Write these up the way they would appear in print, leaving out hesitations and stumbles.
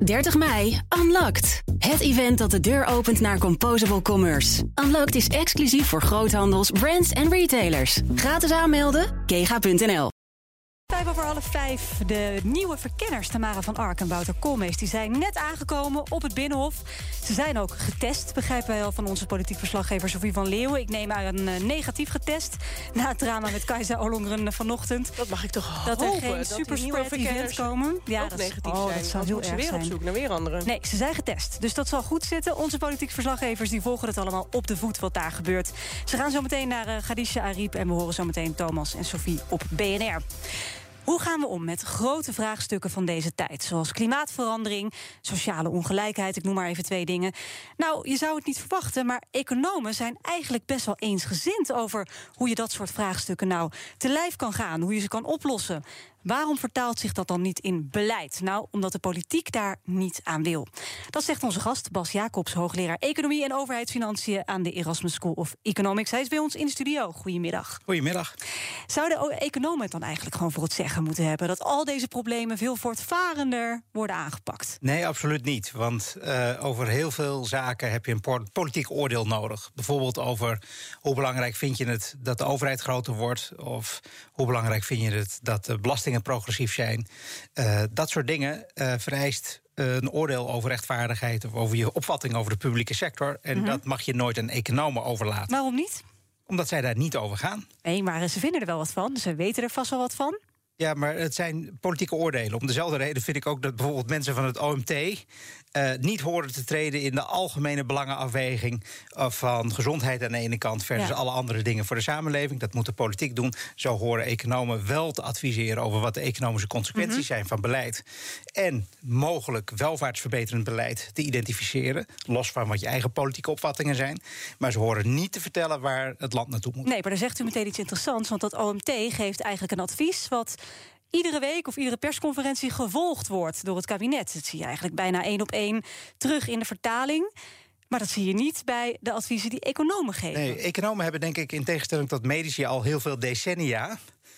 30 mei, Unlocked. Het event dat de deur opent naar Composable Commerce. Unlocked is exclusief voor groothandels, brands en retailers. Gratis aanmelden, kega.nl. 5:04. De nieuwe verkenners Tamara van Ark en Wouter Koolmees die zijn net aangekomen op het Binnenhof. Ze zijn ook getest, begrijpen wij al van onze politiek verslaggever Sophie van Leeuwen. Ik neem aan een negatief getest na het drama met Kajsa Ollongren vanochtend. Dat mag ik toch hopen. Dat er geen superspread event komen. Ja, dat negatief zijn. Dat zou heel erg weer zijn. op zoek naar weer anderen. Nee, ze zijn getest. Dus dat zal goed zitten. Onze politiek verslaggevers die volgen het allemaal op de voet wat daar gebeurt. Ze gaan zo meteen naar Khadija Ariep en we horen zo meteen Thomas en Sophie op BNR. Hoe gaan we om met grote vraagstukken van deze tijd? Zoals klimaatverandering, sociale ongelijkheid, ik noem maar even 2 dingen. Nou, je zou het niet verwachten, maar economen zijn eigenlijk best wel eensgezind over hoe je dat soort vraagstukken nou te lijf kan gaan, hoe je ze kan oplossen. Waarom vertaalt zich dat dan niet in beleid? Nou, omdat de politiek daar niet aan wil. Dat zegt onze gast Bas Jacobs, hoogleraar Economie en Overheidsfinanciën aan de Erasmus School of Economics. Hij is bij ons in de studio. Goedemiddag. Goedemiddag. Zouden economen het dan eigenlijk gewoon voor het zeggen moeten hebben dat al deze problemen veel voortvarender worden aangepakt? Nee, absoluut niet. Want over heel veel zaken heb je een politiek oordeel nodig. Bijvoorbeeld over hoe belangrijk vind je het dat de overheid groter wordt, of hoe belangrijk vind je het dat de belastingen progressief zijn. Dat soort dingen vereist een oordeel over rechtvaardigheid of over je opvatting over de publieke sector. En dat mag je nooit aan economen overlaten. Waarom niet? Omdat zij daar niet over gaan. Nee, maar ze vinden er wel wat van. Ze weten er vast wel wat van. Ja, maar het zijn politieke oordelen. Om dezelfde reden vind ik ook dat bijvoorbeeld mensen van het OMT niet horen te treden in de algemene belangenafweging van gezondheid aan de ene kant versus alle andere dingen voor de samenleving. Dat moet de politiek doen. Zo horen economen wel te adviseren over wat de economische consequenties zijn van beleid. En mogelijk welvaartsverbeterend beleid te identificeren, los van wat je eigen politieke opvattingen zijn. Maar ze horen niet te vertellen waar het land naartoe moet. Nee, maar dan zegt u meteen iets interessants, want dat OMT geeft eigenlijk een advies wat iedere week of iedere persconferentie gevolgd wordt door het kabinet. Dat zie je eigenlijk bijna 1 op 1 terug in de vertaling. Maar dat zie je niet bij de adviezen die economen geven. Nee, economen hebben denk ik in tegenstelling tot medici al heel veel decennia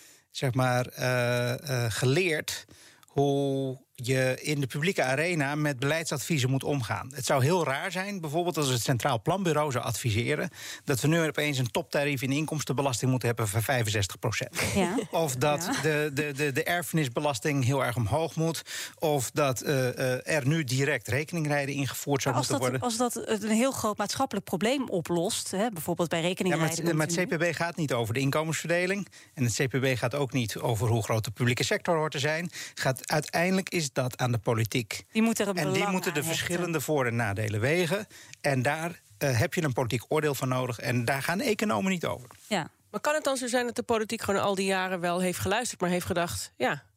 geleerd hoe je in de publieke arena met beleidsadviezen moet omgaan. Het zou heel raar zijn, bijvoorbeeld als het Centraal Planbureau zou adviseren dat we nu opeens een toptarief in inkomstenbelasting moeten hebben van 65%. Ja. Of dat de erfenisbelasting heel erg omhoog moet. Of dat er nu direct rekeningrijden ingevoerd zou moeten worden. Als dat een heel groot maatschappelijk probleem oplost, bijvoorbeeld bij rekeningrijden. Ja, maar het CPB gaat niet over de inkomensverdeling. En het CPB gaat ook niet over hoe groot de publieke sector hoort te zijn. Uiteindelijk is dat aan de politiek. Die moeten de verschillende voor- en nadelen wegen. En daar heb je een politiek oordeel van nodig. En daar gaan de economen niet over. Ja. Maar kan het dan zo zijn dat de politiek gewoon al die jaren wel heeft geluisterd, maar heeft gedacht,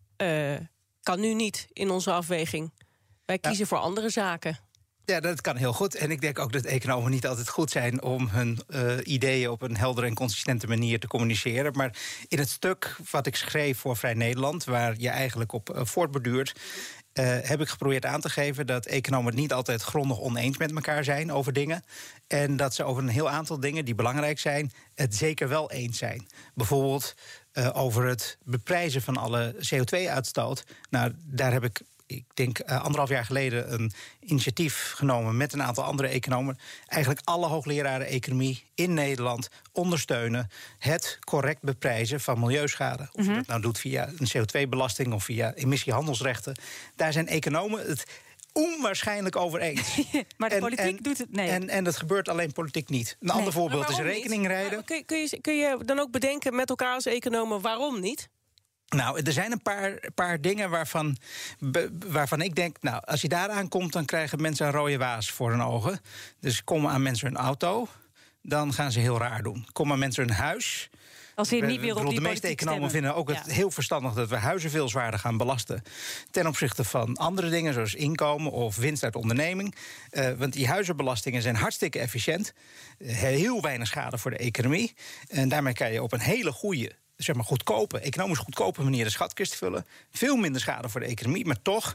kan nu niet in onze afweging. Wij kiezen voor andere zaken. Ja, dat kan heel goed. En ik denk ook dat economen niet altijd goed zijn om hun ideeën op een heldere en consistente manier te communiceren. Maar in het stuk wat ik schreef voor Vrij Nederland, waar je eigenlijk op voortborduurt, heb ik geprobeerd aan te geven dat economen het niet altijd grondig oneens met elkaar zijn over dingen. En dat ze over een heel aantal dingen die belangrijk zijn, het zeker wel eens zijn. Bijvoorbeeld over het beprijzen van alle CO2-uitstoot. Nou, daar heb ik denk 1,5 jaar geleden een initiatief genomen met een aantal andere economen. Eigenlijk alle hoogleraren economie in Nederland ondersteunen het correct beprijzen van milieuschade. Of je dat nou doet via een CO2-belasting of via emissiehandelsrechten. Daar zijn economen het onwaarschijnlijk over eens. Maar de politiek doet het nee. En dat gebeurt alleen politiek niet. Een ander voorbeeld is rekeningrijden. Kun je dan ook bedenken met elkaar als economen waarom niet? Nou, er zijn een paar dingen waarvan ik denk, nou, als je daaraan komt, dan krijgen mensen een rode waas voor hun ogen. Dus komen aan mensen hun auto, dan gaan ze heel raar doen. Komen aan mensen hun huis. Als je niet weer op die de meeste economen vinden ook het heel verstandig dat we huizen veel zwaarder gaan belasten ten opzichte van andere dingen, zoals inkomen of winst uit onderneming. Want die huizenbelastingen zijn hartstikke efficiënt. Heel weinig schade voor de economie. En daarmee kan je op een hele goede zeg maar economisch goedkope manier de schatkist vullen. Veel minder schade voor de economie. Maar toch,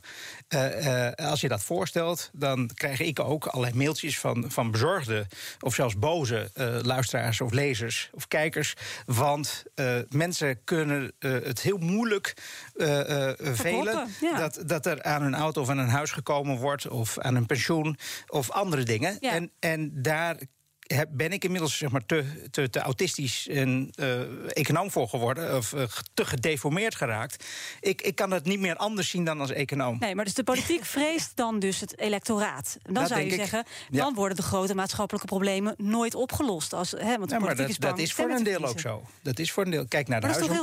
als je dat voorstelt, dan krijg ik ook allerlei mailtjes van bezorgde of zelfs boze luisteraars of lezers of kijkers. Want mensen kunnen het heel moeilijk velen dat er aan hun auto of aan een huis gekomen wordt of aan een pensioen of andere dingen. Ja. En daar ben ik inmiddels zeg maar te autistisch en econoom voor geworden, of te gedeformeerd geraakt. Ik kan het niet meer anders zien dan als econoom. Nee, maar dus de politiek vreest dan dus het electoraat. En dan zou je zeggen, dan worden de grote maatschappelijke problemen nooit opgelost. Want de politiek is bang. Dat is voor een deel ook zo. Dat is voor een deel. Kijk naar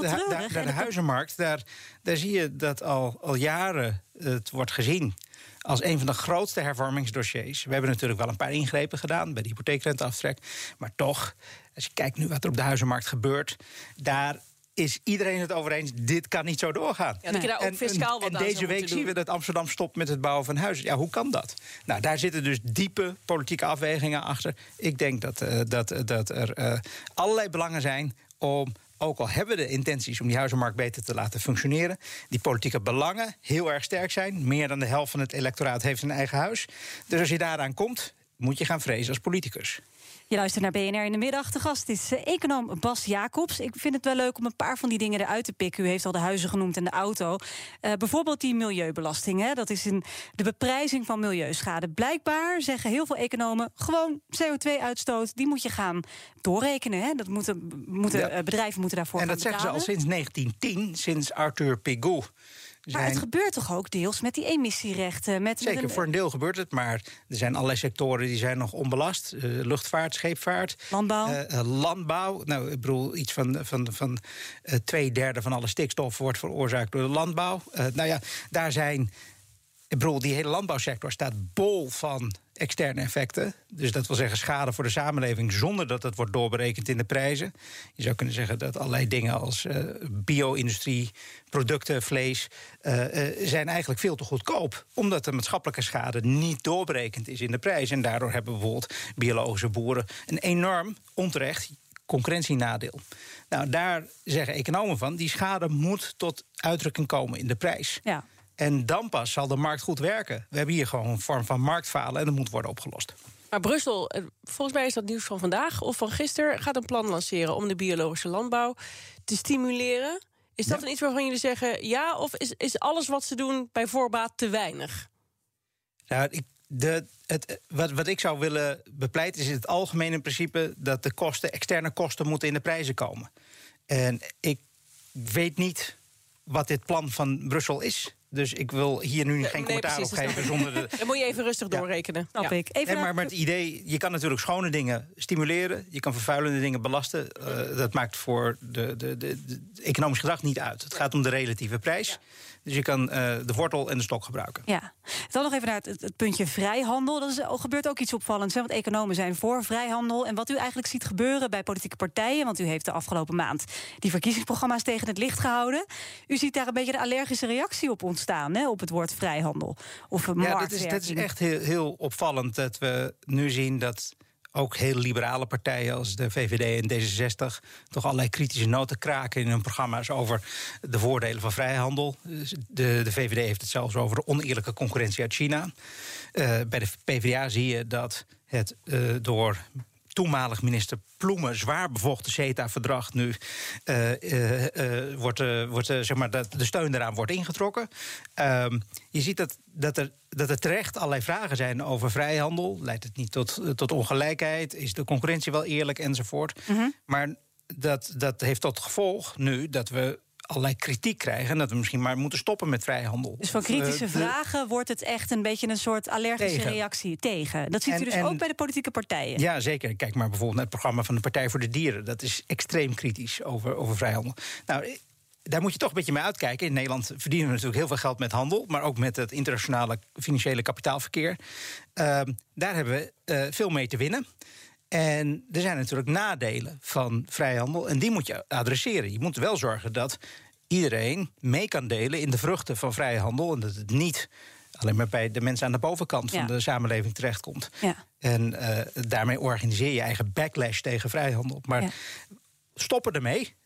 de huizenmarkt. Daar zie je dat al jaren het wordt gezien als een van de grootste hervormingsdossiers. We hebben natuurlijk wel een paar ingrepen gedaan bij de hypotheekrenteaftrek. Maar toch, als je kijkt nu wat er op de huizenmarkt gebeurt, daar is iedereen het over eens, dit kan niet zo doorgaan. Ja, dat je daar ook fiscaal wat aan deze week zien we dat Amsterdam stopt met het bouwen van huizen. Ja, hoe kan dat? Nou, daar zitten dus diepe politieke afwegingen achter. Ik denk dat er allerlei belangen zijn om, ook al hebben we de intenties om die huizenmarkt beter te laten functioneren, die politieke belangen heel erg sterk zijn. Meer dan de helft van het electoraat heeft een eigen huis. Dus als je daaraan komt, moet je gaan vrezen als politicus. Je luistert naar BNR in de middag. De gast is econoom Bas Jacobs. Ik vind het wel leuk om een paar van die dingen eruit te pikken. U heeft al de huizen genoemd en de auto. Bijvoorbeeld die milieubelasting. Hè? Dat is de beprijzing van milieuschade. Blijkbaar zeggen heel veel economen, gewoon CO2-uitstoot, die moet je gaan doorrekenen. Hè? Dat bedrijven moeten daarvoor gaan betalen. En dat zeggen ze al sinds 1910, sinds Arthur Pigou. Maar het gebeurt toch ook deels met die emissierechten? Zeker, voor een deel gebeurt het, maar er zijn allerlei sectoren die zijn nog onbelast. Luchtvaart, scheepvaart. Landbouw. Nou, ik bedoel, iets van 2/3 van alle stikstof wordt veroorzaakt door de landbouw. Daar zijn, ik bedoel, die hele landbouwsector staat bol van externe effecten. Dus dat wil zeggen schade voor de samenleving zonder dat het wordt doorberekend in de prijzen. Je zou kunnen zeggen dat allerlei dingen als bio-industrie, producten, vlees, zijn eigenlijk veel te goedkoop. Omdat de maatschappelijke schade niet doorberekend is in de prijs. En daardoor hebben bijvoorbeeld biologische boeren een enorm onterecht concurrentienadeel. Nou, daar zeggen economen van, die schade moet tot uitdrukking komen in de prijs. Ja. En dan pas zal de markt goed werken. We hebben hier gewoon een vorm van marktfalen en dat moet worden opgelost. Maar Brussel, volgens mij is dat nieuws van vandaag of van gisteren, gaat een plan lanceren om de biologische landbouw te stimuleren. Is dat dan iets waarvan jullie zeggen ja, of is alles wat ze doen bij voorbaat te weinig? Nou, wat ik zou willen bepleiten is in het algemene principe dat de externe kosten moeten in de prijzen komen. En ik weet niet wat dit plan van Brussel is. Dus ik wil hier nu geen commentaar op geven. Dan moet je even rustig doorrekenen. Snap ik. Maar het idee, je kan natuurlijk schone dingen stimuleren. Je kan vervuilende dingen belasten. Dat maakt voor de economisch gedrag niet uit. Het gaat om de relatieve prijs. Ja. Dus je kan de wortel en de stok gebruiken. Ja. Dan nog even naar het puntje vrijhandel. Gebeurt ook iets opvallends. Want economen zijn voor vrijhandel. En wat u eigenlijk ziet gebeuren bij politieke partijen, want u heeft de afgelopen maand die verkiezingsprogramma's tegen het licht gehouden. U ziet daar een beetje een allergische reactie op ontstaan, hè, op het woord vrijhandel. Of marktwerking. Dat is echt heel opvallend dat we nu zien dat ook heel liberale partijen als de VVD en D66 toch allerlei kritische noten kraken in hun programma's over de voordelen van vrijhandel. De VVD heeft het zelfs over de oneerlijke concurrentie uit China. Bij de PvdA zie je dat het door toenmalig minister Ploemen zwaar bevochten CETA-verdrag nu zeg maar dat de steun eraan wordt ingetrokken. Je ziet dat er terecht allerlei vragen zijn over vrijhandel. Leidt het niet tot ongelijkheid? Is de concurrentie wel eerlijk enzovoort? Mm-hmm. Maar dat heeft tot gevolg nu dat we allerlei kritiek krijgen en dat we misschien maar moeten stoppen met vrijhandel. Dus van kritische vragen wordt het echt een beetje een soort allergische reactie tegen. Dat ziet u dus ook bij de politieke partijen. Ja, zeker. Kijk maar bijvoorbeeld naar het programma van de Partij voor de Dieren. Dat is extreem kritisch over vrijhandel. Nou, daar moet je toch een beetje mee uitkijken. In Nederland verdienen we natuurlijk heel veel geld met handel, maar ook met het internationale financiële kapitaalverkeer. Daar hebben we veel mee te winnen. En er zijn natuurlijk nadelen van vrijhandel en die moet je adresseren. Je moet wel zorgen dat iedereen mee kan delen in de vruchten van vrijhandel en dat het niet alleen maar bij de mensen aan de bovenkant van de samenleving terechtkomt. Ja. En daarmee organiseer je eigen backlash tegen vrijhandel. Maar stoppen ermee.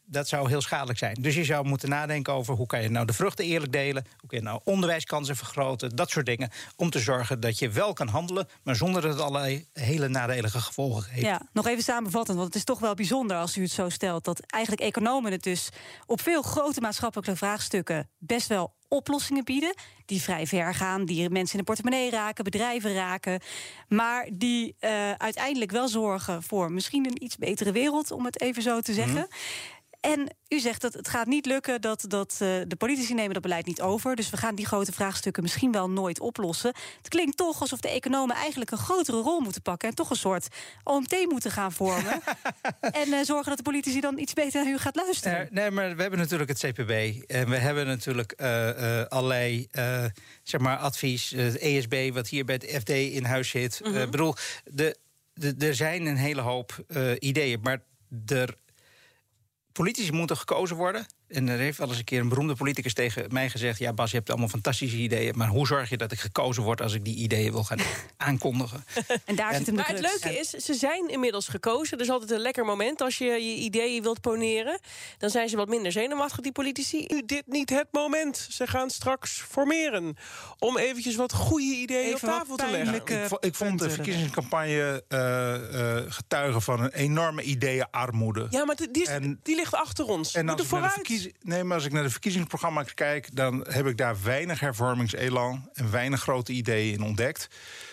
dat zou heel schadelijk zijn. Dus je zou moeten nadenken over hoe kan je nou de vruchten eerlijk delen, hoe kun je nou onderwijskansen vergroten, dat soort dingen, om te zorgen dat je wel kan handelen, maar zonder dat het allerlei hele nadelige gevolgen heeft. Ja, nog even samenvattend, want het is toch wel bijzonder als u het zo stelt, dat eigenlijk economen het dus op veel grote maatschappelijke vraagstukken best wel oplossingen bieden, die vrij ver gaan, die mensen in de portemonnee raken, bedrijven raken, maar die uiteindelijk wel zorgen voor misschien een iets betere wereld, om het even zo te zeggen. En u zegt dat het gaat niet lukken, dat de politici nemen dat beleid niet over. Dus we gaan die grote vraagstukken misschien wel nooit oplossen. Het klinkt toch alsof de economen eigenlijk een grotere rol moeten pakken en toch een soort OMT moeten gaan vormen. En zorgen dat de politici dan iets beter naar u gaat luisteren. Nee, maar we hebben natuurlijk het CPB. En we hebben natuurlijk allerlei advies. Het ESB, wat hier bij het FD in huis zit. Ik bedoel, er zijn een hele hoop ideeën, maar politici moeten gekozen worden. En er heeft wel eens een keer een beroemde politicus tegen mij gezegd, ja Bas, je hebt allemaal fantastische ideeën, maar hoe zorg je dat ik gekozen word als ik die ideeën wil gaan aankondigen? En daar zit hem de Maar het leuke is, ze zijn inmiddels gekozen. Dat is altijd een lekker moment als je je ideeën wilt poneren. Dan zijn ze wat minder zenuwachtig, die politici. Nu dit niet het moment. Ze gaan straks formeren. Om eventjes wat goede ideeën Even op tafel te leggen. Ik vond de verkiezingscampagne getuigen van een enorme ideeënarmoede. Ja, maar die ligt achter ons. En Moeten vooruit. maar als ik naar de verkiezingsprogramma's kijk, dan heb ik daar weinig hervormingselan en weinig grote ideeën in ontdekt.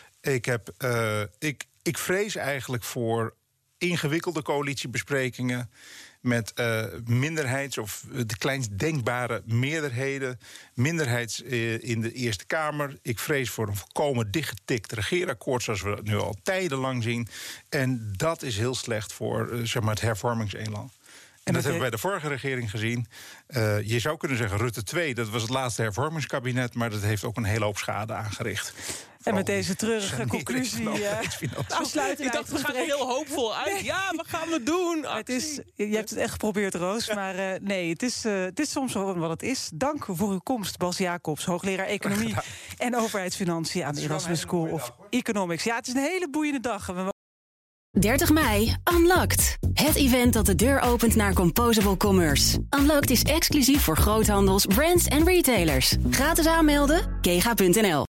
Ik vrees eigenlijk voor ingewikkelde coalitiebesprekingen met minderheids- of de kleinst denkbare meerderheden. Minderheids in de Eerste Kamer. Ik vrees voor een volkomen dichtgetikt regeerakkoord, zoals we dat nu al tijdenlang zien. En dat is heel slecht voor het hervormingselan. En dat hebben we bij de vorige regering gezien. Je zou kunnen zeggen Rutte 2, dat was het laatste hervormingskabinet, maar dat heeft ook een hele hoop schade aangericht. En met deze treurige conclusie besluiten ik dacht, we gaan er heel hoopvol uit. Ja, wat gaan we doen? Je hebt het echt geprobeerd, Roos. Maar nee, het is soms gewoon wat het is. Dank voor uw komst, Bas Jacobs, hoogleraar Economie en Overheidsfinanciën aan de Erasmus School of Economics. Ja, het is een hele boeiende dag. 30 mei, Unlocked. Het event dat de deur opent naar Composable Commerce. Unlocked is exclusief voor groothandels, brands en retailers. Gratis aanmelden, kega.nl.